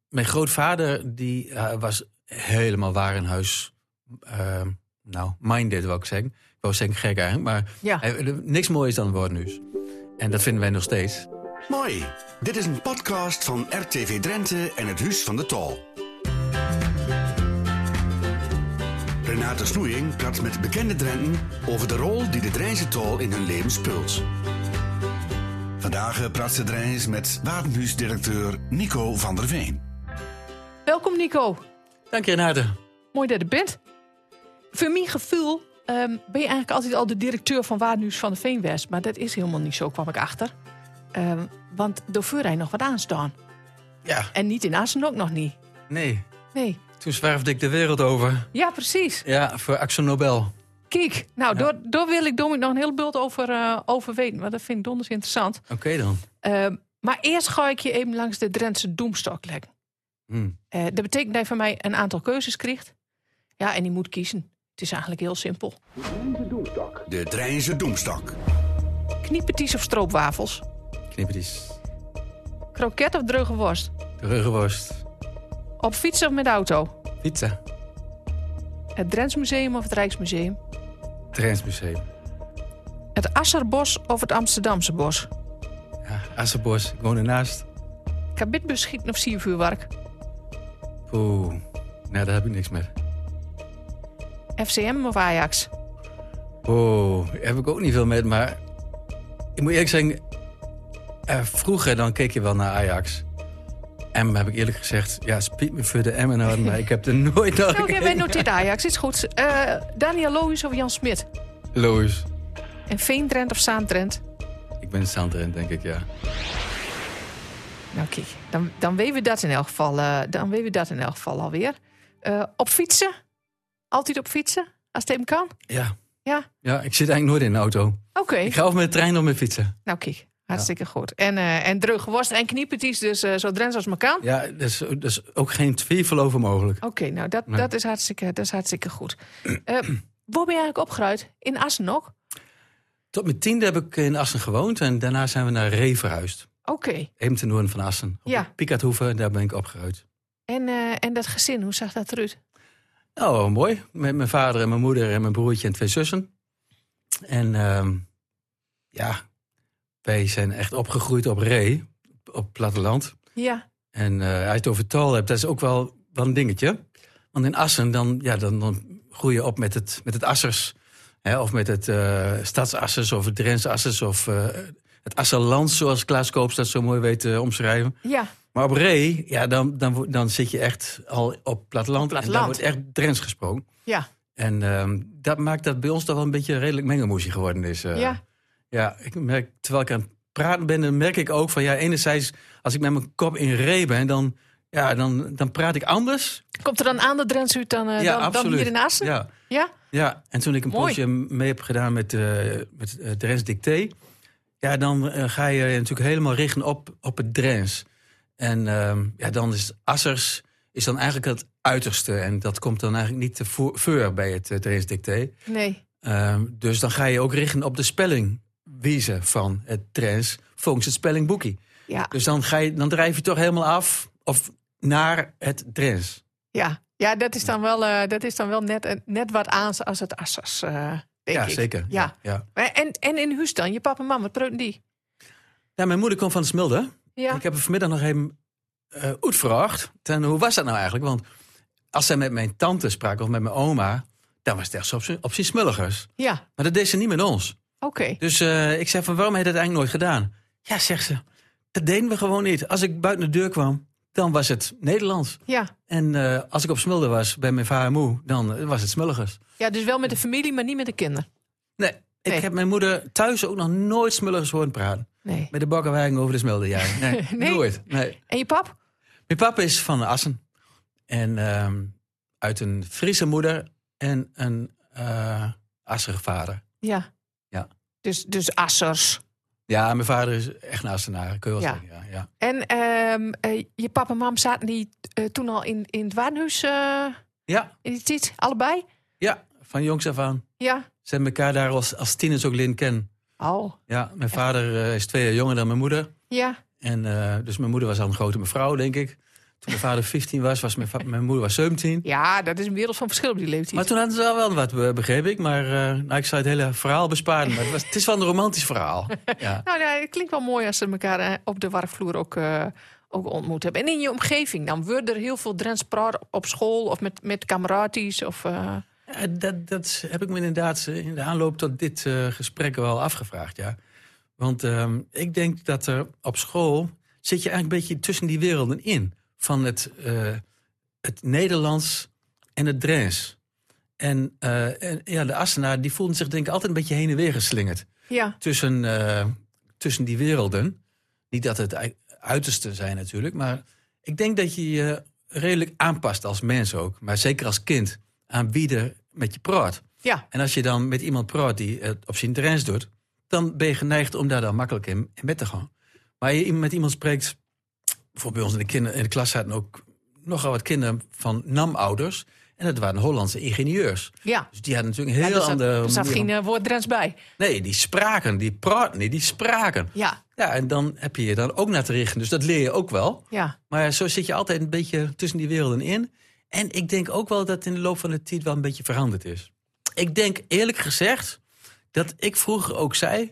mijn grootvader die was helemaal warenhuis minded, wou ik zeggen. Ik wou zeggen gek eigenlijk, maar niks moois dan woordnieuws. En dat vinden wij nog steeds. Mooi. Dit is een podcast van RTV Drenthe en het Huis van de Tol. Renate Snoeing praat met bekende Drenten over de rol die de Drijnse Tol in hun leven speelt. Vandaag praat ze Drijns met warenhuisdirecteur Nico van der Veen. Welkom Nico. Dank je, Renate. Mooi dat je er bent. Voor mijn gevoel ben je eigenlijk altijd al de directeur van Warenhuis van der Veen geweest. Maar dat is helemaal niet zo, kwam ik achter. Want door voor hij nog wat aanstaan. Ja. En niet in Assen ook nog niet. Nee. Toen zwerfde ik de wereld over. Ja, precies. Ja, voor Axel Nobel. Kijk, nou, daar wil ik nog een heel beeld over weten. Want dat vind ik donders interessant. Oké dan. Maar eerst ga ik je even langs de Drentse Doemstok leggen. Dat betekent dat je van mij een aantal keuzes krijgt. Ja, en die moet kiezen. Het is eigenlijk heel simpel. De Drijnse Doemstok. Kniepeties of stroopwafels? Knippertjes. Kroket of droge worst? Droge worst. Op fietsen of met de auto? Pizza. Het Drents Museum of het Rijksmuseum? Drents Museum. Het Asserbos of het Amsterdamse bos? Ja, Asserbos. Ik woon ernaast. Kabitbus schieten of siervuurwerk? Oeh, nou daar heb ik niks met. FCM of Ajax? Oh, daar heb ik ook niet veel met, maar ik moet eerlijk zeggen, vroeger dan keek je wel naar Ajax. En heb ik eerlijk gezegd, ja, spiet me voor de Emmen, maar ik heb er nooit naar gekeken. Oké, wij noteert Ajax, is goed. Daniel Lohuis of Jan Smit? Loos. En Veendrent of Zaandrent? Ik ben Zaandrent, denk ik, ja. Nou kijk, dan weten we dat in elk geval, alweer. Op fietsen? Altijd op fietsen, als het even kan? Ja. Ja? Ja, ik zit eigenlijk nooit in de auto. Oké. Ik ga of met de trein of met fietsen. Nou kijk, hartstikke goed. En droge worst en kniepertjes, dus zo Drents als maar kan? Ja, dat is ook geen twijfel over mogelijk. Oké, nou dat is hartstikke goed. Waar ben je eigenlijk opgegroeid? In Assen nog? Tot mijn 10e heb ik in Assen gewoond en daarna zijn we naar Ree verhuisd. Oké. Even ten noorden van Assen. Op Piekardhoeve, daar ben ik opgegroeid. En dat gezin, hoe zag dat eruit? Oh, mooi. Met mijn vader en mijn moeder en mijn broertje en 2 zussen. En wij zijn echt opgegroeid op Ree, op het platteland. Ja. En als je het over Tol hebt, dat is ook wel een dingetje. Want in Assen, dan groei je op met het Assers. Hè, of met het Stadsassers of het Drentse Assers of het Asserland, zoals Klaas Koops dat zo mooi weet te omschrijven. Ja. Maar op Ree, ja, dan zit je echt al op platteland. En daar wordt echt Drents gesproken. Ja. En dat maakt dat bij ons toch wel een beetje redelijk mengelmoesje geworden is. Ja, ik merk, terwijl ik aan het praten ben, dan merk ik ook van, ja, enerzijds, als ik met mijn kop in Ree ben, dan praat ik anders. Komt er dan aan de Drents uit dan hier in Assen? Ja. Ja? Ja, en toen ik een poosje mee heb gedaan met Drents Dicté, ja, dan ga je natuurlijk helemaal richten op het Drents. En dan is Assers is dan eigenlijk het uiterste. En dat komt dan eigenlijk niet te voor bij het Drents Dicté. Nee. Dus dan ga je ook richten op de spellingwijze van het Drents volgens het spellingboekie. Ja. Dus dan drijf je toch helemaal af of naar het Drents. Ja, dat is dan wel net wat aan als het Assers, denk ik. Zeker. Ja. En in huis dan? Je papa en mama, wat preuten die? Ja, mijn moeder komt van de Smilde. Ja. Ik heb er vanmiddag nog even uitgevraagd. Hoe was dat nou eigenlijk? Want als zij met mijn tante sprak of met mijn oma, dan was het echt zo op zijn smulligers. Ja. Maar dat deed ze niet met ons. Oké. Dus ik zei van, waarom heb je dat eigenlijk nooit gedaan? Ja, zegt ze, dat deden we gewoon niet. Als ik buiten de deur kwam, dan was het Nederlands. Ja. En als ik op Smilde was bij mijn vader en moe, dan was het smulligers. Ja, dus wel met de familie, maar niet met de kinderen. Nee, ik heb mijn moeder thuis ook nog nooit smulligers horen praten. Nee. Met de bakkenwagen over de Smilde, ja. Nee, Nee? nooit. Nee. En je pap? Mijn papa is van Assen. En uit een Friese moeder en een Asser vader. Ja. Ja. Dus Assers. Ja, mijn vader is echt een Assenaar, kun je wel zeggen. Ja. En je papa en mam zaten die toen al in het warenhuis Ja. in die tijd? Allebei? Ja, van jongs af aan. Ja. Ze hebben elkaar daar als tieners ook leren kennen. Oh. Ja, mijn vader is 2 jaar jonger dan mijn moeder. Ja. En dus mijn moeder was al een grote mevrouw, denk ik. Toen mijn vader 15 was mijn moeder was 17. Ja, dat is een wereld van verschil op die leeftijd. Maar toen hadden ze wel wat, begreep ik. Maar ik zou het hele verhaal besparen. Maar het is wel een romantisch verhaal. Ja. Nou ja, het klinkt wel mooi als ze elkaar op de werkvloer ook ontmoet hebben. En in je omgeving dan? Wordt er heel veel Drents praat op school of met kameraties? Ja, dat heb ik me inderdaad in de aanloop tot dit gesprek wel afgevraagd. Ja. Want ik denk dat er op school zit je eigenlijk een beetje tussen die werelden in. Van het Nederlands en het Drents. En de Assenaar die voelden zich denk ik altijd een beetje heen en weer geslingerd. Ja. Tussen die werelden. Niet dat het uiterste zijn natuurlijk. Maar ik denk dat je je redelijk aanpast als mens ook. Maar zeker als kind. Aan wie er met je praat. Ja. En als je dan met iemand praat die het op zijn Drents doet. Dan ben je geneigd om daar dan makkelijk in met te gaan. Maar je met iemand spreekt. Bijvoorbeeld bij ons in de klas zaten ook nogal wat kinderen van NAM-ouders. En dat waren Hollandse ingenieurs. Ja. Dus die hadden natuurlijk een heel ander... Er zat geen woord Drents bij. Nee, die spraken. Die praten niet, die spraken. Ja. Ja, en dan heb je je dan ook naar te richten. Dus dat leer je ook wel. Ja. Maar zo zit je altijd een beetje tussen die werelden in. En ik denk ook wel dat in de loop van de tijd wel een beetje veranderd is. Ik denk eerlijk gezegd dat ik vroeger ook zei...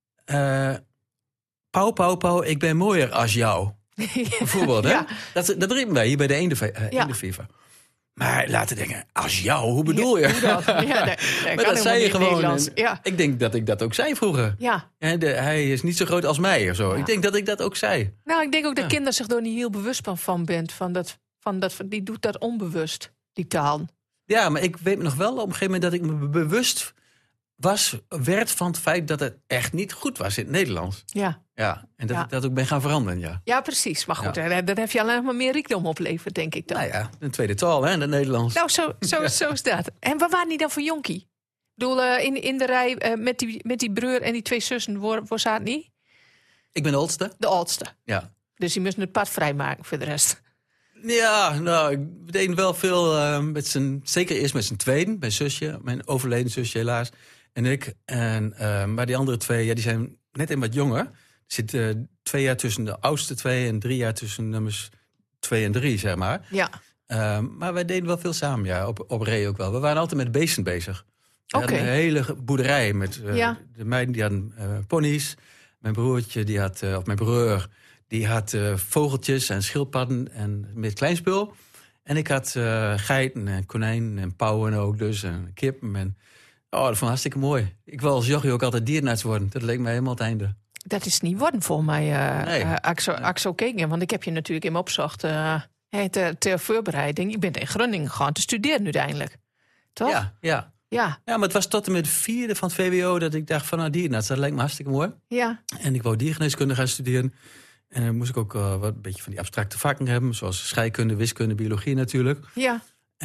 Pauw, ik ben mooier als jou. Bijvoorbeeld, hè? Ja. Dat riepen wij hier bij de Eendeviva. Maar laten denken, als jou, hoe bedoel je? Maar dat zei je gewoon. Ja. Ik denk dat ik dat ook zei vroeger. Ja. Hij is niet zo groot als mij of zo. Ja. Ik denk dat ik dat ook zei. Nou, ik denk ook dat kinderen zich er niet heel bewust van bent. Die doet dat onbewust, die taal. Ja, maar ik weet nog wel op een gegeven moment dat ik me bewust werd van het feit dat het echt niet goed was in het Nederlands. Ja. Ja, en dat ik dat ook ben gaan veranderen, ja. Ja, precies. Maar goed, daar heb je alleen maar meer rijkdom opleverd, denk ik dan. Nou ja, een tweede taal, hè, in het Nederlands. Nou, zo is dat. En waar waren die dan voor jonkie? Ik bedoel, in de rij met die broer en die twee zussen, waar zaten die? Ik ben de oudste. De oudste. Ja. Dus die moesten het pad vrijmaken voor de rest. Ja, nou, ik deed wel veel zeker eerst met z'n tweeën. Mijn zusje, mijn overleden zusje helaas. En ik. Maar die andere twee, die zijn net een wat jonger. Er zit 2 jaar tussen de oudste 2 en 3 jaar tussen nummers 2 en 3, zeg maar. Ja. Maar wij deden wel veel samen, ja, op ree ook wel. We waren altijd met beesten bezig. We hadden een hele boerderij met de meiden die hadden ponies. Mijn broertje, mijn broer, die had vogeltjes en schildpadden en met kleinspul. En ik had geiten en konijnen en pauwen ook dus en kippen en... Oh, dat vond ik hartstikke mooi. Ik wil als jochie ook altijd dierenarts worden. Dat leek mij helemaal het einde. Dat is niet worden voor mij, Axel Keken. Want ik heb je natuurlijk in me opzocht ter voorbereiding. Ik ben in Groningen gaan te studeren uiteindelijk. Toch? Ja, maar het was tot en met de 4e van het VWO dat ik dacht van dierenarts. Dat lijkt me hartstikke mooi. Ja. En ik wou diergeneeskunde gaan studeren. En dan moest ik ook een beetje van die abstracte vakken hebben. Zoals scheikunde, wiskunde, biologie natuurlijk. Ja.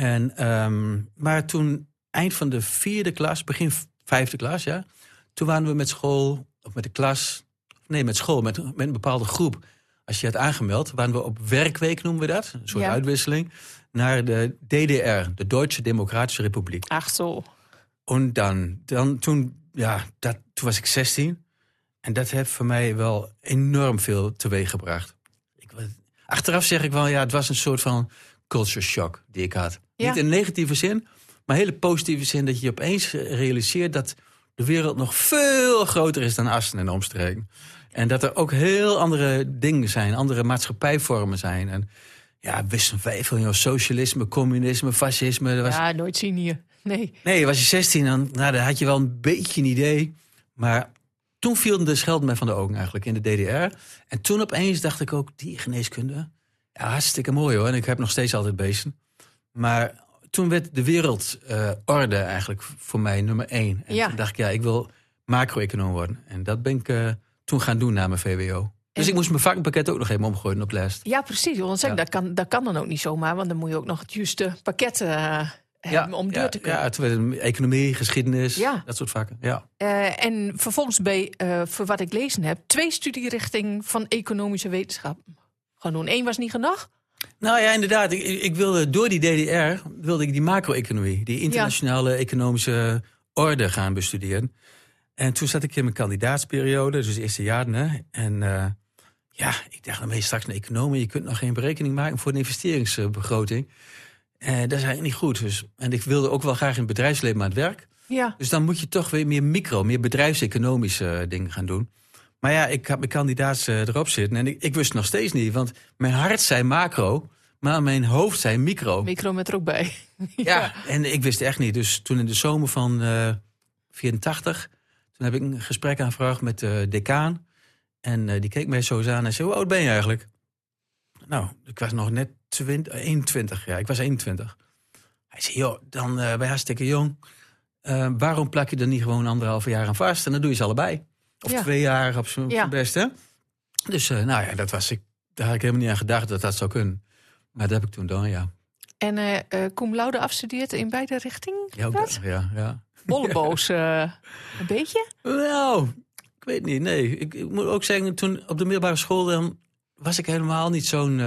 Maar toen... Eind van de 4e klas, begin 5e klas, ja. Toen waren we met school, of met de klas... Nee, met school, met een bepaalde groep. Als je had aangemeld, waren we op werkweek, noemen we dat. Een soort uitwisseling. Naar de DDR, de Duitse Democratische Republiek. Ach zo. En toen was ik 16. En dat heeft voor mij wel enorm veel teweeg gebracht. Achteraf zeg ik wel, het was een soort van culture shock die ik had. Ja. Niet in negatieve zin... Maar hele positieve zin dat je opeens realiseert dat de wereld nog veel groter is dan Assen en omstreken. En dat er ook heel andere dingen zijn, andere maatschappijvormen zijn. En wisten wij veel, socialisme, communisme, fascisme. Nooit zien hier. Nee, was je 16, dan had je wel een beetje een idee. Maar toen viel de scheld mij van de ogen eigenlijk in de DDR. En toen opeens dacht ik ook, die geneeskunde, hartstikke mooi hoor. En ik heb nog steeds altijd beesten. Maar... Toen werd de wereldorde eigenlijk voor mij nummer 1. En toen dacht ik, ik wil macro-econoom worden. En dat ben ik toen gaan doen na mijn VWO. Dus ik moest mijn vakpakket ook nog even omgooien op les. Ja, precies. Want dat kan dan ook niet zomaar. Want dan moet je ook nog het juiste pakket hebben om deur te kunnen. Ja, toen werd economie, geschiedenis, dat soort vakken. Ja. En vervolgens voor wat ik lezen heb... 2 studierichtingen van economische wetenschap gaan doen. 1 was niet genoeg? Nou ja, inderdaad. Ik wilde door die DDR die macro-economie, die internationale economische orde gaan bestuderen. En toen zat ik in mijn kandidaatsperiode, dus het eerste jaar. En Ja, ik dacht, dan ben je straks een econoom en je kunt nog geen berekening maken voor een investeringsbegroting. Dat is eigenlijk niet goed. Dus, en ik wilde ook wel graag in het bedrijfsleven aan het werk. Ja. Dus dan moet je toch weer meer bedrijfseconomische dingen gaan doen. Maar ja, ik had mijn kandidaat erop zitten en ik wist het nog steeds niet. Want mijn hart zei macro, maar mijn hoofd zei micro. Micro met er ook bij. Ja, en ik wist het echt niet. Dus toen in de zomer van 84, toen heb ik een gesprek aangevraagd met de decaan. En die keek mij zo eens aan en zei, hoe oud ben je eigenlijk? Nou, ik was nog net 21. Ja, ik was 21. Hij zei, joh, dan ben je hartstikke jong. Waarom plak je er niet gewoon 1,5 jaar aan vast? En dan doe je ze allebei. Of 2 jaar op zijn best, hè? Dus daar had ik helemaal niet aan gedacht dat dat zou kunnen. Maar dat heb ik toen gedaan, ja. En cum laude afgestudeerd in beide richtingen? Ja. Bolleboos, een beetje? Nou, ik weet niet, nee. Ik moet ook zeggen, toen op de middelbare school... dan was ik helemaal niet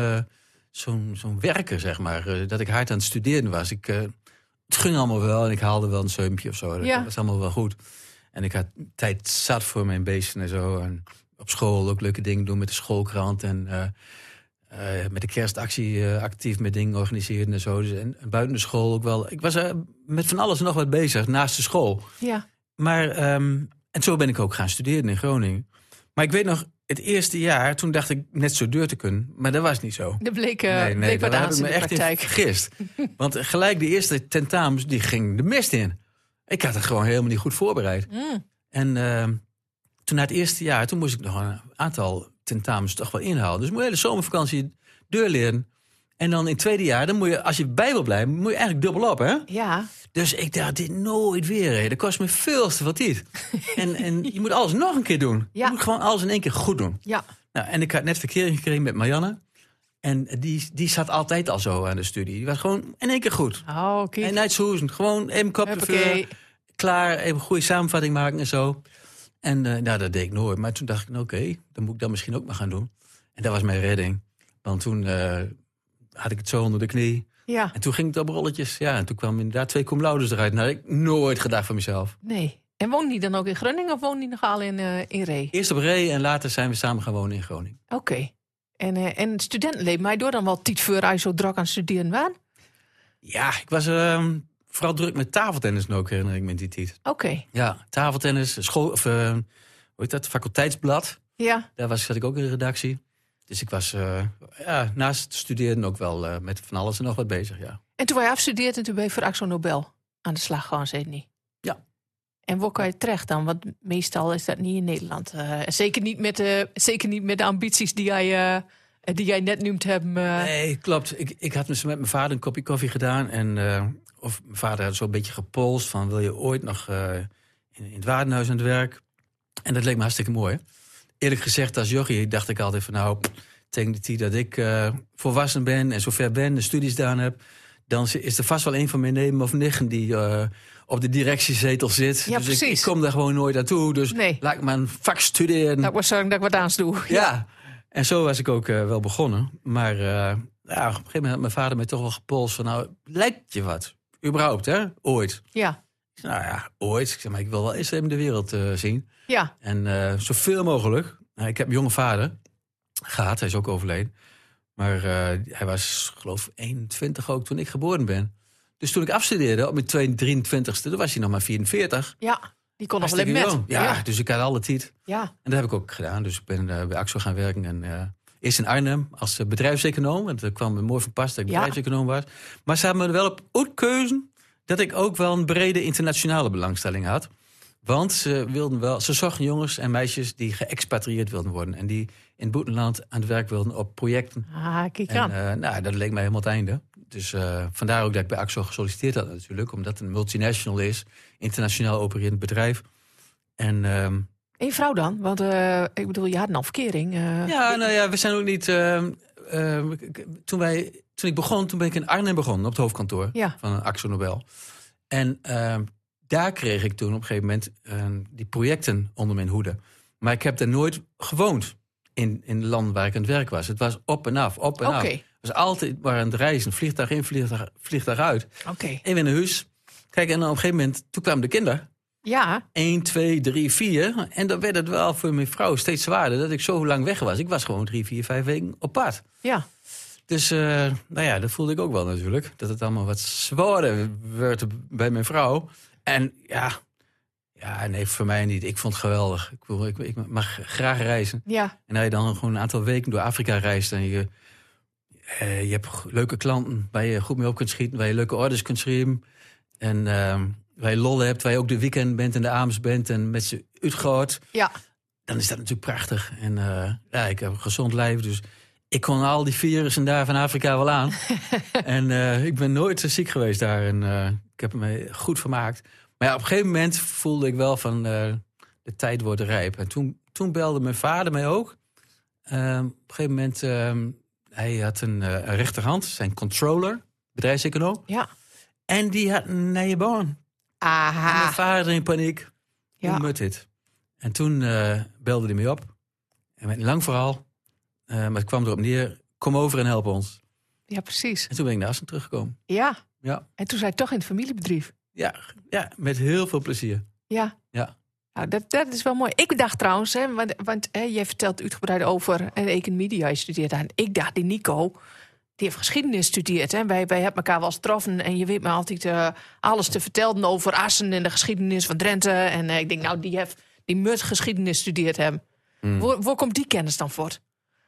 zo'n werker, zeg maar. Dat ik hard aan het studeren was. Het ging allemaal wel en ik haalde wel een zeumpje of zo. Dat was allemaal wel goed. En ik had tijd zat voor mijn beesten en zo. En op school ook leuke dingen doen met de schoolkrant. En met de kerstactie actief met dingen organiseren en zo. Dus, en buiten de school ook wel. Ik was met van alles nog wat bezig naast de school. Ja. Maar, en zo ben ik ook gaan studeren in Groningen. Maar ik weet nog, het eerste jaar, toen dacht ik net zo deur te kunnen. Maar dat was niet zo. Dat bleek wat aan in de praktijk. Vergist. Want gelijk de eerste tentamens, die ging de mist in. Ik had het gewoon helemaal niet goed voorbereid. En toen na het eerste jaar, toen moest ik nog een aantal tentamens toch wel inhalen. Dus moet je de zomervakantie deur leren. En dan in het tweede jaar, dan moet je, als je bij wil blijven, moet je eigenlijk dubbel op, hè? Ja. Dus ik dacht, dit nooit weer. Hè. Dat kost me veel te veel tijd. en je moet alles nog een keer doen. Ja. Je moet gewoon alles in één keer goed doen. Ja. Nou, en ik had net verkering gekregen met Marianne. En die zat altijd al zo aan de studie. Die was gewoon in één keer goed. Oh, oké. En Nijtshoezen, gewoon even kopje vuur, klaar, even een goede samenvatting maken en zo. En dat deed ik nooit. Maar toen dacht ik, oké, dan moet ik dat misschien ook maar gaan doen. En dat was mijn redding. Want toen had ik het zo onder de knie. Ja. En toen ging het op rolletjes. Ja, en toen kwam inderdaad 2 cum laudes eruit. Nou, had ik nooit gedacht van mezelf. Nee. En woonde die dan ook in Groningen of woonde die nog al in Ree? Eerst op Ree en later zijn we samen gaan wonen in Groningen. Oké. En studentenleven, maar door dan wel tijd voor zo druk aan het studeren waren? Ja, ik was vooral druk met tafeltennis ook, herinner ik me in die tijd. Oké. Ja, tafeltennis, school, of hoe heet dat, faculteitsblad. Ja. Daar zat ik ook in de redactie. Dus ik was naast het studeren ook wel met van alles en nog wat bezig, ja. En toen wij afstudeerden, toen ben je voor Axo Nobel aan de slag gewoon, zei het niet? Ja. En waar kan je terecht dan? Want meestal is dat niet in Nederland. Zeker niet met de ambities die jij net noemt hebben. Nee, klopt. Ik had dus met mijn vader een kopje koffie gedaan. En of mijn vader had zo'n beetje gepolst van, wil je ooit nog in het Waardenhuis aan het werk? En dat leek me hartstikke mooi. Eerlijk gezegd, als jochie dacht ik altijd van, nou, tegen de tijd dat ik volwassen ben en zover ben, de studies gedaan heb, dan is er vast wel een van mijn neven of nichten die op de directiezetel zit. Ja, dus precies. ik kom daar gewoon nooit naartoe. Dus laat ik maar een vak studeren. Dat ik was zorgen dat ik wat aan doe. Ja, en zo was ik ook wel begonnen. Maar op een gegeven moment had mijn vader mij toch wel gepolst van, nou, lijkt je wat? Überhaupt, hè? Ooit. Ja. Ik zei, nou ja, ooit. Ik zei, maar ik wil wel eens even de wereld zien. Ja. En zoveel mogelijk. Ik heb een jonge vader gehad, hij is ook overleden. Maar hij was, geloof ik, 21 ook toen ik geboren ben. Dus toen ik afstudeerde op mijn 23e, toen was hij nog maar 44. Ja, die kon nog wel even met. Ja, dus ik had alle tijd. Ja. En dat heb ik ook gedaan. Dus ik ben bij Axo gaan werken. En eerst in Arnhem als bedrijfseconoom. En dat kwam me mooi van pas dat ik bedrijfseconoom was. Maar ze hebben me er wel op uitgeuzen dat ik ook wel een brede internationale belangstelling had. Want ze zochten jongens en meisjes die geëxpatrieerd wilden worden. En die in het buitenland aan het werk wilden op projecten. Kijk aan. En dat leek mij helemaal het einde. Dus vandaar ook dat ik bij Axo gesolliciteerd had natuurlijk. Omdat het een multinational is. Internationaal opererend bedrijf. En je vrouw dan? Want ik bedoel, je had een verkering. We zijn ook niet... Toen ik begon, toen ben ik in Arnhem begonnen. Op het hoofdkantoor van Axo Nobel. En daar kreeg ik toen op een gegeven moment die projecten onder mijn hoede. Maar ik heb daar nooit gewoond in de landen waar ik aan het werk was. Het was op en af, op en af. Het was altijd maar aan het reizen. Vliegtuig in, vliegtuig uit. Oké. Even in een huis. Kijk, en dan op een gegeven moment, toen kwamen de kinderen. Ja. 1, 2, 3, 4. En dan werd het wel voor mijn vrouw steeds zwaarder dat ik zo lang weg was. Ik was gewoon 3, 4, 5 weken op pad. Ja. Dus dat voelde ik ook wel natuurlijk. Dat het allemaal wat zwaarder werd bij mijn vrouw. En nee, voor mij niet. Ik vond het geweldig. Ik mag graag reizen. Ja. En als je dan gewoon een aantal weken door Afrika reist en je hebt leuke klanten waar je goed mee op kunt schieten, waar je leuke orders kunt schrijven. En waar je lol hebt, waar je ook de weekend bent en de avonds bent en met ze uitgaat. Ja. Dan is dat natuurlijk prachtig. En ik heb een gezond lijf, dus ik kon al die virussen daar van Afrika wel aan. En ik ben nooit zo ziek geweest daar. En ik heb me goed vermaakt. Maar ja, op een gegeven moment voelde ik wel van de tijd wordt rijp. En toen belde mijn vader mij ook. Op een gegeven moment, hij had een rechterhand, zijn controller, bedrijfseconoom. Ja. En die had een nieuwe baan. Aha. En mijn vader in paniek. Ja. Hoe moet dit? En toen belde hij mij op. En met een lang verhaal. Maar het kwam erop neer, kom over en help ons. Ja, precies. En toen ben ik naar Assen teruggekomen. Ja. Ja. En toen zei je toch in het familiebedrijf. Ja, met heel veel plezier. Ja. Ja. Nou, dat is wel mooi. Ik dacht trouwens, want jij vertelt uitgebreid over economie die jij studeert. En ik dacht, die Nico, die heeft geschiedenis gestudeerd. Hè. Wij hebben elkaar wel eens getroffen. En je weet me altijd alles te vertellen over Assen en de geschiedenis van Drenthe. En ik denk, nou, die moet geschiedenis studeerd hebben. Waar komt die kennis dan voort?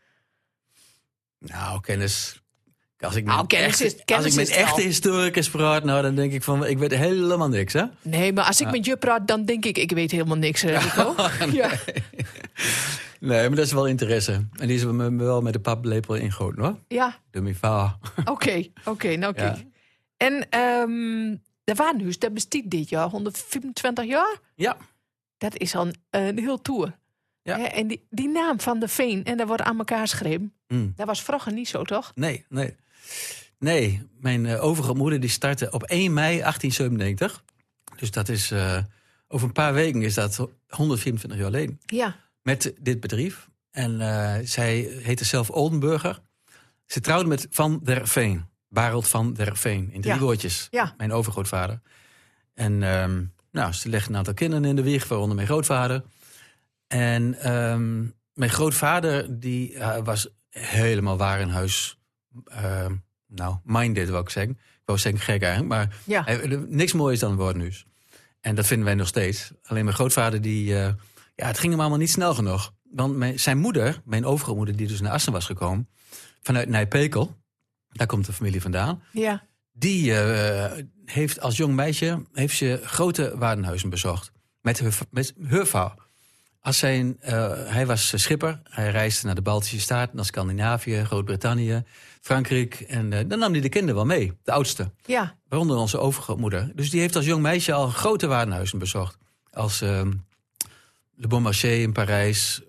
Nou, kennis. Als ik met echte historicus praat, nou, dan denk ik van, ik weet helemaal niks, hè? Nee, maar als ik met je praat, dan denk ik weet helemaal niks, Nico. Ja. Nee, maar dat is wel interesse. En die is me wel met de paplepel ingegoten, hoor. Ja. De mifa. Oké, nou kijk. Ja. En de Warenhuis, dat bestaat dit jaar 125 jaar? Ja. Dat is al een heel tour. Ja. En die naam van de Veen, en dat wordt aan elkaar geschreven. Dat was vroeger niet zo, toch? Nee, mijn overgrootmoeder die startte op 1 mei 1897. Dus dat is over een paar weken is dat 124 jaar geleden. Ja. Met dit bedrijf. En zij heette zelf Oldenburger. Ze trouwde met Van der Veen. Barend van der Veen. In 3 woordjes. Ja. Mijn overgrootvader. En ze legde een aantal kinderen in de wieg, waaronder mijn grootvader. En mijn grootvader die was helemaal warenhuis minded, wou ik zeggen. Ik wou zeggen gek eigenlijk, maar niks moois dan een Warenhuis. En dat vinden wij nog steeds. Alleen mijn grootvader, het ging hem allemaal niet snel genoeg. Want zijn moeder, mijn overgrootmoeder, die dus naar Assen was gekomen, vanuit Nijpekel, daar komt de familie vandaan. Ja. Die heeft als jong meisje ze grote warenhuizen bezocht. Met haar vrouw. Hij was schipper. Hij reisde naar de Baltische Staten, naar Scandinavië, Groot-Brittannië, Frankrijk. En dan nam hij de kinderen wel mee, de oudste. Ja. Waaronder onze overgrootmoeder. Dus die heeft als jong meisje al grote warenhuizen bezocht. Als Le Bon Marché in Parijs,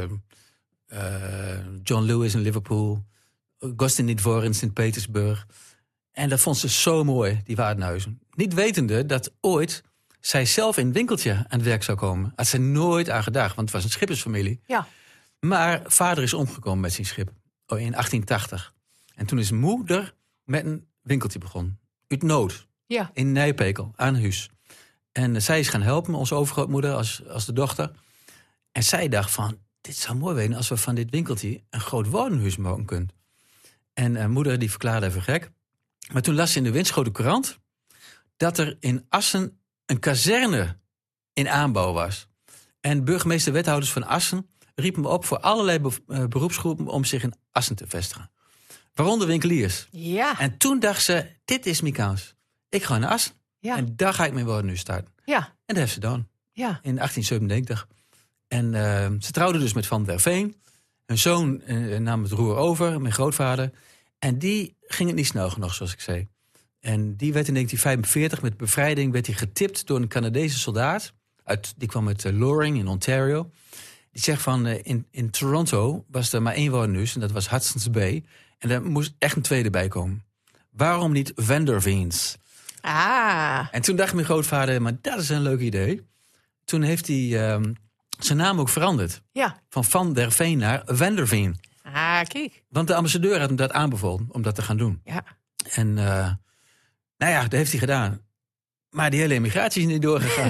John Lewis in Liverpool, Gostin Nidvor in Sint-Petersburg. En dat vond ze zo mooi, die warenhuizen. Niet wetende dat ooit zij zelf in een winkeltje aan het werk zou komen. Had ze nooit aan gedacht, want het was een schippersfamilie. Ja. Maar vader is omgekomen met zijn schip in 1880. En toen is moeder met een winkeltje begonnen. Uit nood. Ja. In Nijpekel, aan huis. En zij is gaan helpen, onze overgrootmoeder als de dochter. En zij dacht van, dit zou mooi zijn als we van dit winkeltje een groot woonhuis maken kunnen. En moeder die verklaarde even gek. Maar toen las ze in de Winschoten Courant dat er in Assen een kazerne in aanbouw was. En burgemeester-wethouders van Assen riepen me op voor allerlei beroepsgroepen om zich in Assen te vestigen. Waaronder winkeliers. Ja. En toen dacht ze, dit is mijn kans. Ik ga naar Assen. Ja. En daar ga ik mijn woorden nu starten. Ja. En dat heeft ze gedaan. Ja. In 1897. En ze trouwde dus met Van der Veen. Hun zoon nam het roer over, mijn grootvader. En die ging het niet snel genoeg, zoals ik zei. En die werd in 1945 met bevrijding werd hij getipt door een Canadese soldaat. Die kwam uit Loring in Ontario. Die zegt van, in Toronto was er maar 1 woonhuis. En dat was Hudson's Bay. En daar moest echt een tweede bij komen. Waarom niet Vanderveens? Ah. En toen dacht mijn grootvader, maar dat is een leuk idee. Toen heeft hij zijn naam ook veranderd. Ja. Van der Veen naar Vanderveen. Ah, kijk. Want de ambassadeur had hem dat aanbevolen om dat te gaan doen. Ja. En dat heeft hij gedaan. Maar die hele immigratie is niet doorgegaan.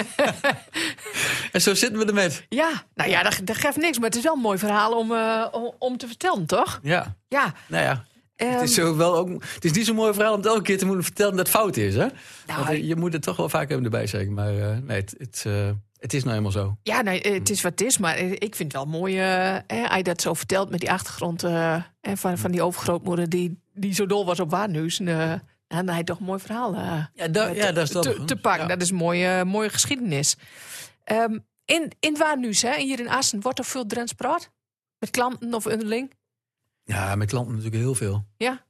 En zo zitten we ermet. Ja, nou ja, dat geeft niks. Maar het is wel een mooi verhaal om te vertellen, toch? Ja. Ja. Nou ja. Het is niet zo'n mooi verhaal om het elke keer te moeten vertellen dat het fout is. Hè? Nou, Want je moet het toch wel vaak even erbij zeggen. Maar nee, het is nou helemaal zo. Ja, nee, het is wat het is. Maar ik vind het wel mooi als je dat zo vertelt met die achtergrond van die overgrootmoeder die zo dol was op Waardenhuis. En dan had je toch een mooi verhaal dat is te pakken. Ja. Dat is een mooie geschiedenis. In Waardenhuis, hier in Assen, wordt er veel Drents praat? Met klanten of onderling? Ja, met klanten natuurlijk heel veel. Ja?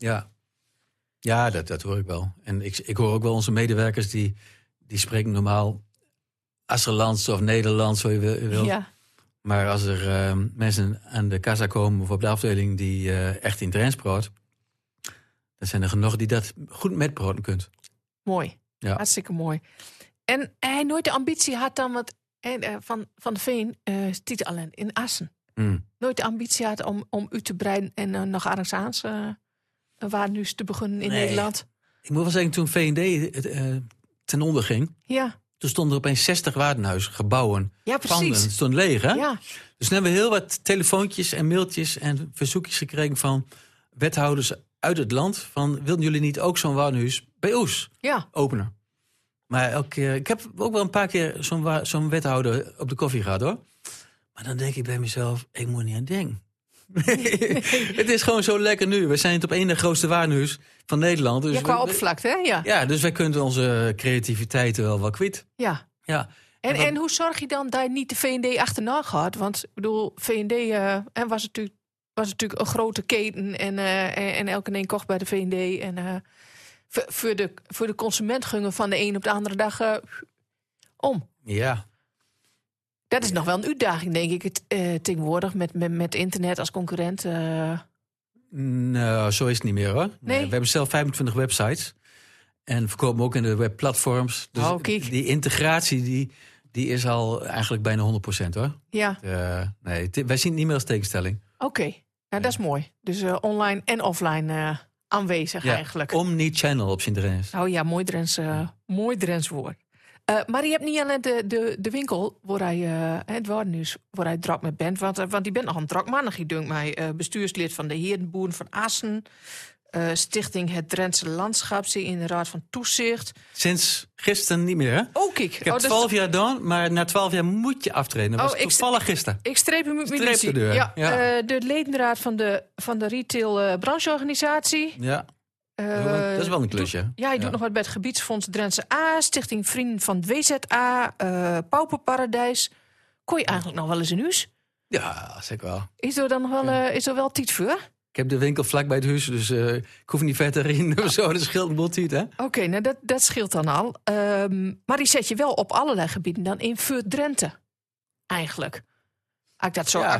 Ja, dat hoor ik wel. En ik hoor ook wel onze medewerkers die spreken normaal Asserlands of Nederlands, zo je wil. Ja. Maar als er mensen aan de kassa komen of op de afdeling die echt in Drents praat, dan zijn er genoeg die dat goed metpraten kunt. Mooi. Ja. Hartstikke mooi. En hij nooit de ambitie had dan wat van de Veen, stiet alleen in Assen. Nooit de ambitie had om u te breiden en nog Arnhemsaans Waardenhuis te beginnen in Nederland. Ik moet wel zeggen, toen V&D ten onder ging, Ja. toen stonden er opeens 60 Waardenhuisgebouwen. Ja, precies. Panden, stond leeg, hè? Ja. Dus toen hebben we heel wat telefoontjes en mailtjes en verzoekjes gekregen van wethouders uit het land. Van, wilden jullie niet ook zo'n Waardenhuis bij ons openen? Maar elke keer, ik heb ook wel een paar keer zo'n wethouder op de koffie gehad, hoor. Maar dan denk ik bij mezelf, ik moet niet aan denken. Het is gewoon zo lekker nu. We zijn het op één de grootste Waardenhuis van Nederland. Dus qua oppervlakte, hè? Ja. Ja, dus wij kunnen onze creativiteit wel kwijt. Ja. Ja. En hoe zorg je dan dat je niet de V&D achterna gaat? Want ik bedoel, V&D was natuurlijk een grote keten en elke een kocht bij de V&D. En voor de consument gingen van de een op de andere dag om. Ja. Dat is nog wel een uitdaging, denk ik, tegenwoordig met internet als concurrent. Nou, zo is het niet meer, hoor. Nee? We hebben zelf 25 websites. En verkopen ook in de webplatforms. Dus kijk. die integratie die is al eigenlijk bijna 100%, hoor. Ja. Nee, wij zien het niet meer als tegenstelling. Oké. Nou, dat is mooi. Dus online en offline aanwezig eigenlijk. Omni-channel op zijn Drents. Oh ja, mooi Drents woord. Maar je hebt niet alleen de winkel waar hij het Waardenhuis waar hij druk met bent. Want die bent nog een drukmannig, dunkt mij. Bestuurslid van de Herenboeren van Assen. Stichting Het Drentse Landschap. Zit in de Raad van Toezicht. Sinds gisteren niet meer, hè? Oh, kijk. Ik heb 12 jaar gedaan, maar na 12 jaar moet je aftreden. Dat was toevallig gisteren. Ik streep hem met Streep de deur. Ja, Ja. de ledenraad van de retail brancheorganisatie. Ja. Dat is wel een klusje. Hij doet nog wat bij het Gebiedsfonds Drentse A, Stichting Vrienden van het WZA, Pauperparadijs. Kon je eigenlijk nog wel eens een huis? Ja, zeker wel. Is er dan nog wel, is er wel tijd voor? Ik heb de winkel vlak bij het huis, dus ik hoef niet verder in of zo. Dat scheelt een boel tijd, hè? Oké, nou dat scheelt dan al. Maar die zet je wel op allerlei gebieden dan in voor Drenthe. Eigenlijk. Als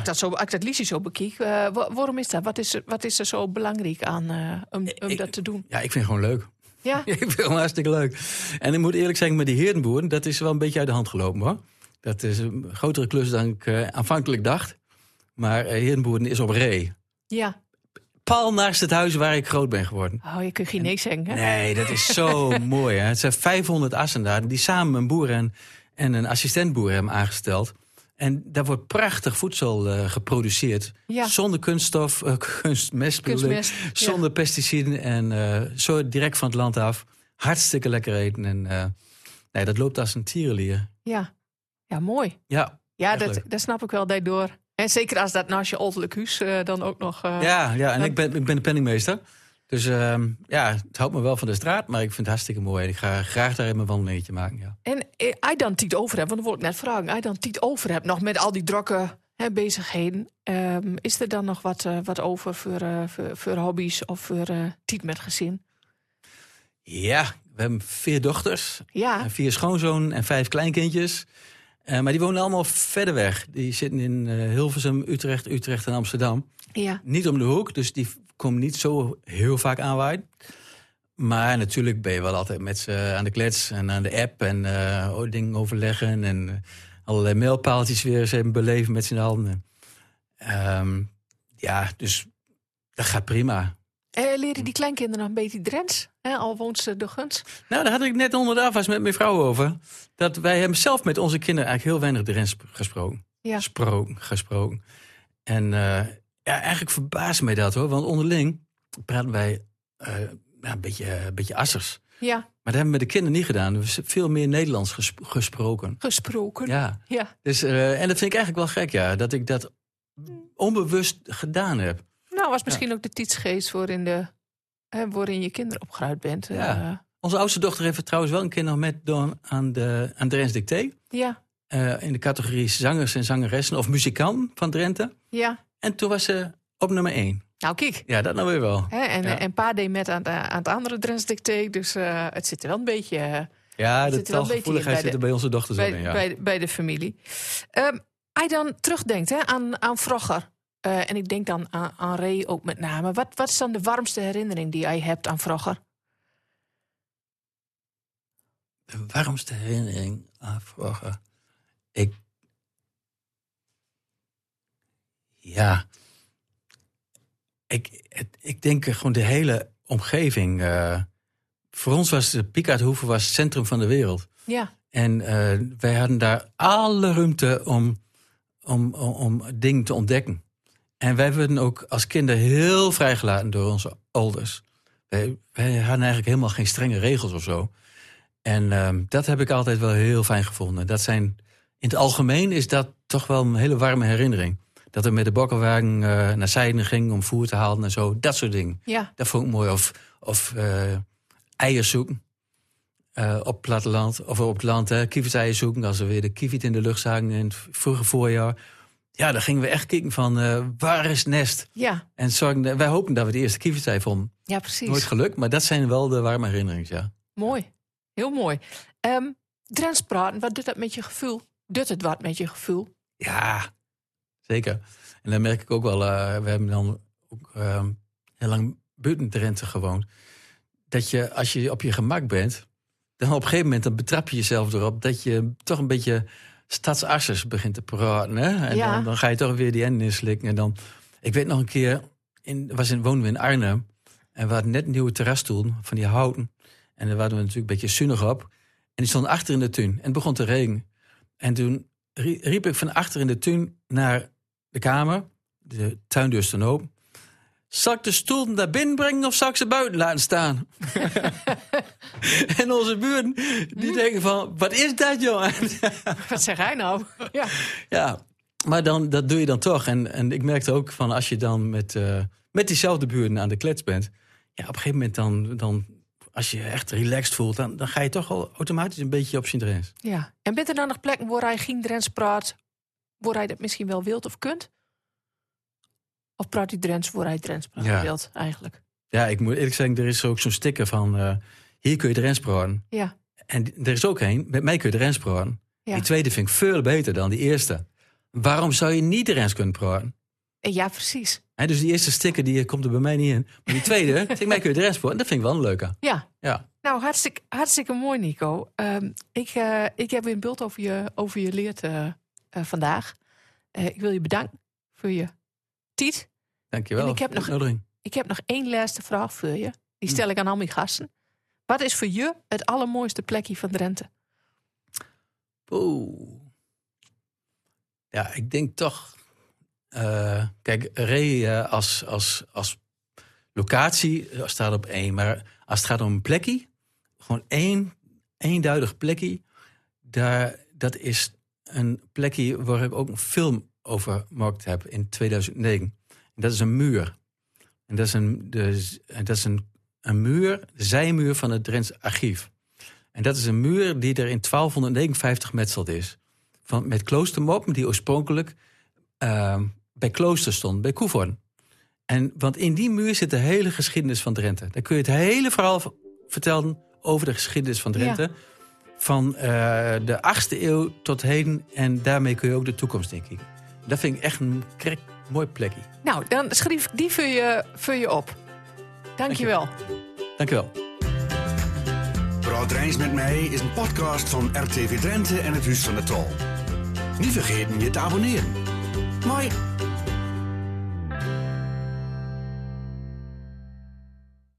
ik dat liedje zo bekijk, waarom is dat? Wat is er zo belangrijk aan om dat te doen? Ja, ik vind het gewoon leuk. Ja? Ik vind het gewoon hartstikke leuk. En ik moet eerlijk zeggen, met die Herenboeren, dat is wel een beetje uit de hand gelopen, hoor. Dat is een grotere klus dan ik aanvankelijk dacht. Maar Herenboeren is op Ree. Ja. Pal naast het huis waar ik groot ben geworden. Oh, je kunt geen nee zeggen, hè? Nee, dat is zo mooi, hè. Het zijn 500 assen daar die samen een boer en een assistentboer hebben aangesteld. En daar wordt prachtig voedsel geproduceerd. Ja. Zonder kunststof, kunstmest, zonder pesticiden en zo direct van het land af. Hartstikke lekker eten. En nee, dat loopt als een tierenlier. Ja, mooi. Ja, dat snap ik wel daardoor. En zeker als dat naast je ouderlijk huis dan ook nog... Ja, en ik ben de penningmeester. Dus het houdt me wel van de straat, maar ik vind het hartstikke mooi. Ik ga graag daar even een wandelingetje maken, ja. En als je dan tijd over hebt, want dat wil ik net vragen. Als je dan tijd over hebt, nog met al die drukke bezigheden. Is er dan nog wat over voor hobby's of voor tijd met gezin? Ja, we hebben 4 dochters. Ja. 4 schoonzonen en 5 kleinkindjes. Maar die wonen allemaal verder weg. Die zitten in Hilversum, Utrecht en Amsterdam. Ja. Niet om de hoek, dus die komen niet zo heel vaak aanwaaien. Maar natuurlijk ben je wel altijd met ze aan de klets en aan de app en dingen overleggen en allerlei mailpaaltjes weer eens even beleven met z'n allen. Dus dat gaat prima. Leren die kleinkinderen nog een beetje Drents? Al woont ze de Guns. Nou, daar had ik net onder de afwas met mijn vrouw over. Dat wij hebben zelf met onze kinderen eigenlijk heel weinig Drents gesproken. Ja. Gesproken. En eigenlijk verbaast mij dat hoor. Want onderling praten wij een beetje assers. Ja. Maar dat hebben we met de kinderen niet gedaan. We hebben veel meer Nederlands gesproken. Ja. Dus, en dat vind ik eigenlijk wel gek, ja. Dat ik dat onbewust gedaan heb. Nou, was misschien ook de tijdgeest waarin je kinderen opgeruimd bent. Ja. Onze oudste dochter heeft trouwens wel een keer nog meegedaan aan Drents Dicté. Ja. In de categorie zangers en zangeressen of muzikant van Drenthe. Ja. En toen was ze op nummer 1. Nou, kijk. Ja, dat nou weer wel. En pa deed met aan het andere Drents Dicté. Dus het zit er wel een beetje... de taalgevoeligheid zit er bij onze dochters ook in. Ja. Bij de familie. Als je dan terugdenkt aan vroeger... en ik denk dan aan Ray ook met name. Wat is dan de warmste herinnering die jij hebt aan vroeger? De warmste herinnering aan vroeger? Ik denk gewoon de hele omgeving. Voor ons was de Piekhaardhoeve het centrum van de wereld. Ja. En wij hadden daar alle ruimte om dingen te ontdekken. En wij werden ook als kinderen heel vrijgelaten door onze ouders. Wij hadden eigenlijk helemaal geen strenge regels of zo. En dat heb ik altijd wel heel fijn gevonden. In het algemeen is dat toch wel een hele warme herinnering. Dat we met de bokkenwagen naar Zijden gingen om voer te halen en zo. Dat soort dingen. Ja. Dat vond ik mooi. Of eieren zoeken op het platteland. Of op het land, kievitseieren zoeken. Als we weer de kievit in de lucht zagen in het vroege voorjaar. Ja, dan gingen we echt kijken van waar is het nest? Ja. En wij hopen dat we de eerste kievitsei vonden. Ja, precies. Nooit gelukt, maar dat zijn wel de warme herinneringen, ja. Mooi. Heel mooi. Drents praten, wat doet dat met je gevoel? Doet het wat met je gevoel? Ja, zeker. En dan merk ik ook wel, we hebben dan ook heel lang buiten Drenthe gewoond. Dat je, als je op je gemak bent, dan op een gegeven moment dan betrap je jezelf erop dat je toch een beetje stadsassers begint te praten. Hè? En dan ga je toch weer die enden inslikken. En dan, ik weet nog een keer, woonden we in Arnhem. En we hadden net een nieuwe terrasstoel van die houten. En daar waren we natuurlijk een beetje zonnig op. En die stond achter in de tuin. En het begon te regenen. En toen riep ik van achter in de tuin naar de kamer. De tuindeur stond open. Zal ik de stoel naar binnen brengen of zal ik ze buiten laten staan? En onze buren die denken van, wat is dat, jongen? Wat zeg hij nou? Ja, maar dat doe je dan toch. En ik merkte ook van, als je dan met diezelfde buren aan de klets bent. Ja, op een gegeven moment dan als je echt relaxed voelt, dan ga je toch al automatisch een beetje op zijn Drents. Ja, en bent er dan nog plekken waar hij geen Drents praat, waar hij dat misschien wel wilt of kunt? Of praat hij Drents waar hij Drents praat wilt eigenlijk? Ja, ik moet eerlijk zeggen, er is ook zo'n sticker van, hier kun je Drents praten. Ja. En er is ook een, met mij kun je Drents praten. Ja. Die tweede vind ik veel beter dan die eerste. Waarom zou je niet Drents kunnen praten? Ja, precies. Dus die eerste sticker die komt er bij mij niet in. Maar die tweede, zeg mij kun je Drents praten. Dat vind ik wel een leuke. Ja. Nou, hartstikke mooi, Nico. Ik heb weer een beeld over je leert vandaag. Ik wil je bedanken voor je tijd. Dankjewel. En ik heb nog één laatste vraag voor je. Die stel ik aan al mijn gasten. Wat is voor je het allermooiste plekje van Drenthe? Ja, ik denk toch. Kijk, Ray als locatie staat op 1. Maar als het gaat om een plekje, gewoon eenduidig plekje. Dat is een plekje waar ik ook een film over gemaakt heb in 2009. En dat is een muur. En dat is een muur, de zijmuur van het Drents Archief. En dat is een muur die er in 1259 metseld is. Met kloostermop, die oorspronkelijk bij klooster stond, bij Coevorden. Want in die muur zit de hele geschiedenis van Drenthe. Daar kun je het hele verhaal vertellen over de geschiedenis van Drenthe. Ja. Van de 8e eeuw tot heden. En daarmee kun je ook de toekomst in kijken. Dat vind ik echt een mooi plekje. Nou, dan schrijf ik die voor je op. Dankjewel. Dankjewel. Praat Drents met mij is een podcast van RTV Drenthe en het Huis van de Tol. Niet vergeten je te abonneren. Mooi.